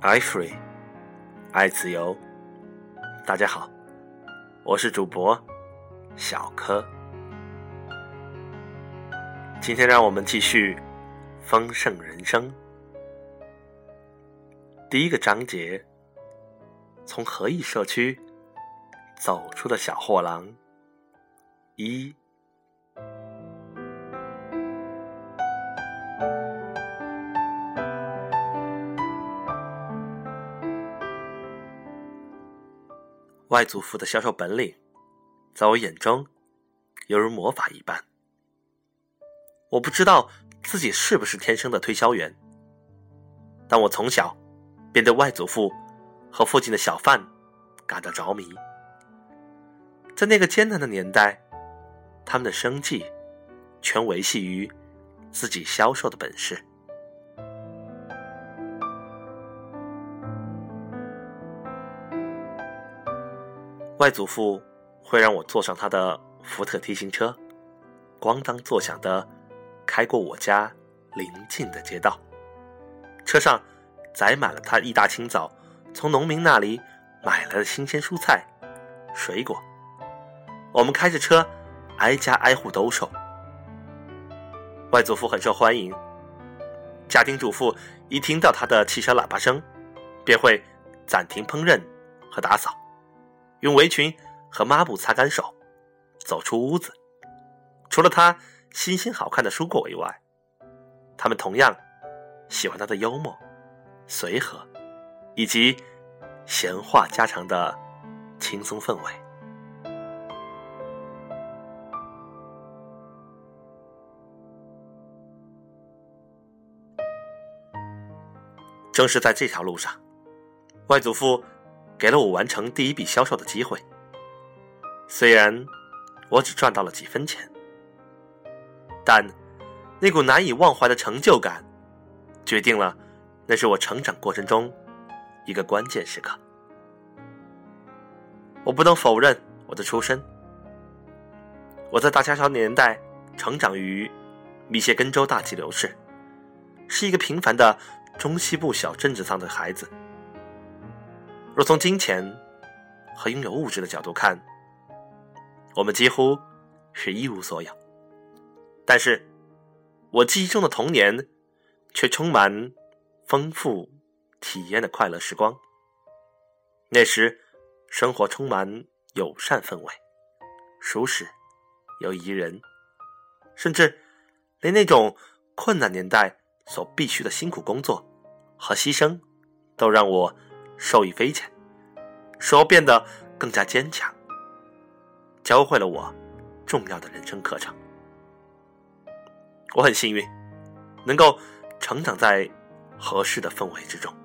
I free， 爱自由。大家好，我是主播小柯。今天让我们继续丰盛人生。第一个章节，从和义社区走出的小货郎一。外祖父的销售本领在我眼中犹如魔法一般。我不知道自己是不是天生的推销员，但我从小便对外祖父和附近的小贩感到着迷。在那个艰难的年代，他们的生计全维系于自己销售的本事。外祖父会让我坐上他的福特 T 型车，咣当作响地开过我家邻近的街道。车上载满了他一大清早从农民那里买来的新鲜蔬菜、水果。我们开着车挨家挨户兜售。外祖父很受欢迎，家庭主妇一听到他的汽车喇叭声，便会暂停烹饪和打扫，用围裙和抹布擦干手，走出屋子。除了他新鲜好看的蔬果以外，他们同样喜欢他的幽默、随和以及闲话家常的轻松氛围。正是在这条路上，外祖父给了我完成第一笔销售的机会。虽然我只赚到了几分钱，但那股难以忘怀的成就感决定了那是我成长过程中一个关键时刻。我不能否认我的出身。我在大萧条年代成长于密歇根州大激流市，是一个平凡的中西部小镇子上的孩子。若从金钱和拥有物质的角度看，我们几乎是一无所有。但是我记忆中的童年却充满丰富体验的快乐时光。那时生活充满友善氛围，舒适又宜人，甚至连那种困难年代所必须的辛苦工作和牺牲都让我受益匪浅，使我变得更加坚强，教会了我重要的人生课程。我很幸运能够成长在合适的氛围之中。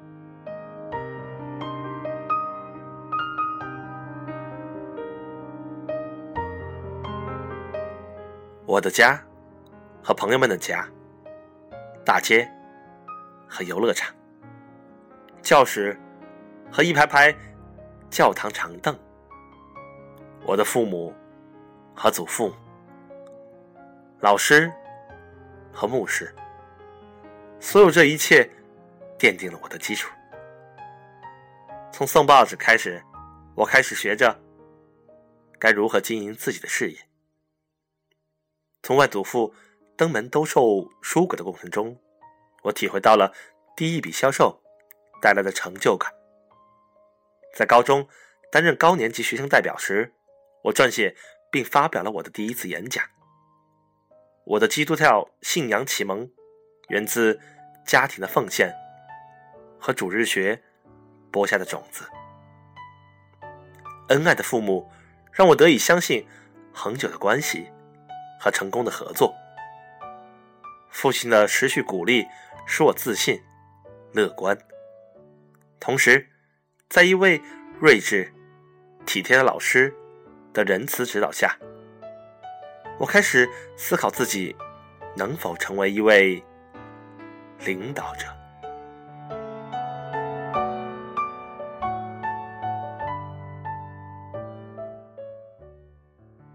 我的家和朋友们的家，大街和游乐场，教室和一排排教堂长凳，我的父母和祖父母，老师和牧师，所有这一切奠定了我的基础。从送报纸开始，我开始学着该如何经营自己的事业。从外祖父登门兜售蔬果的过程中，我体会到了第一笔销售带来的成就感。在高中担任高年级学生代表时，我撰写并发表了我的第一次演讲。我的基督教信仰启蒙源自家庭的奉献和主日学播下的种子。恩爱的父母让我得以相信恒久的关系和成功的合作。父亲的持续鼓励使我自信、乐观。同时，在一位睿智、体贴的老师的仁慈指导下，我开始思考自己能否成为一位领导者。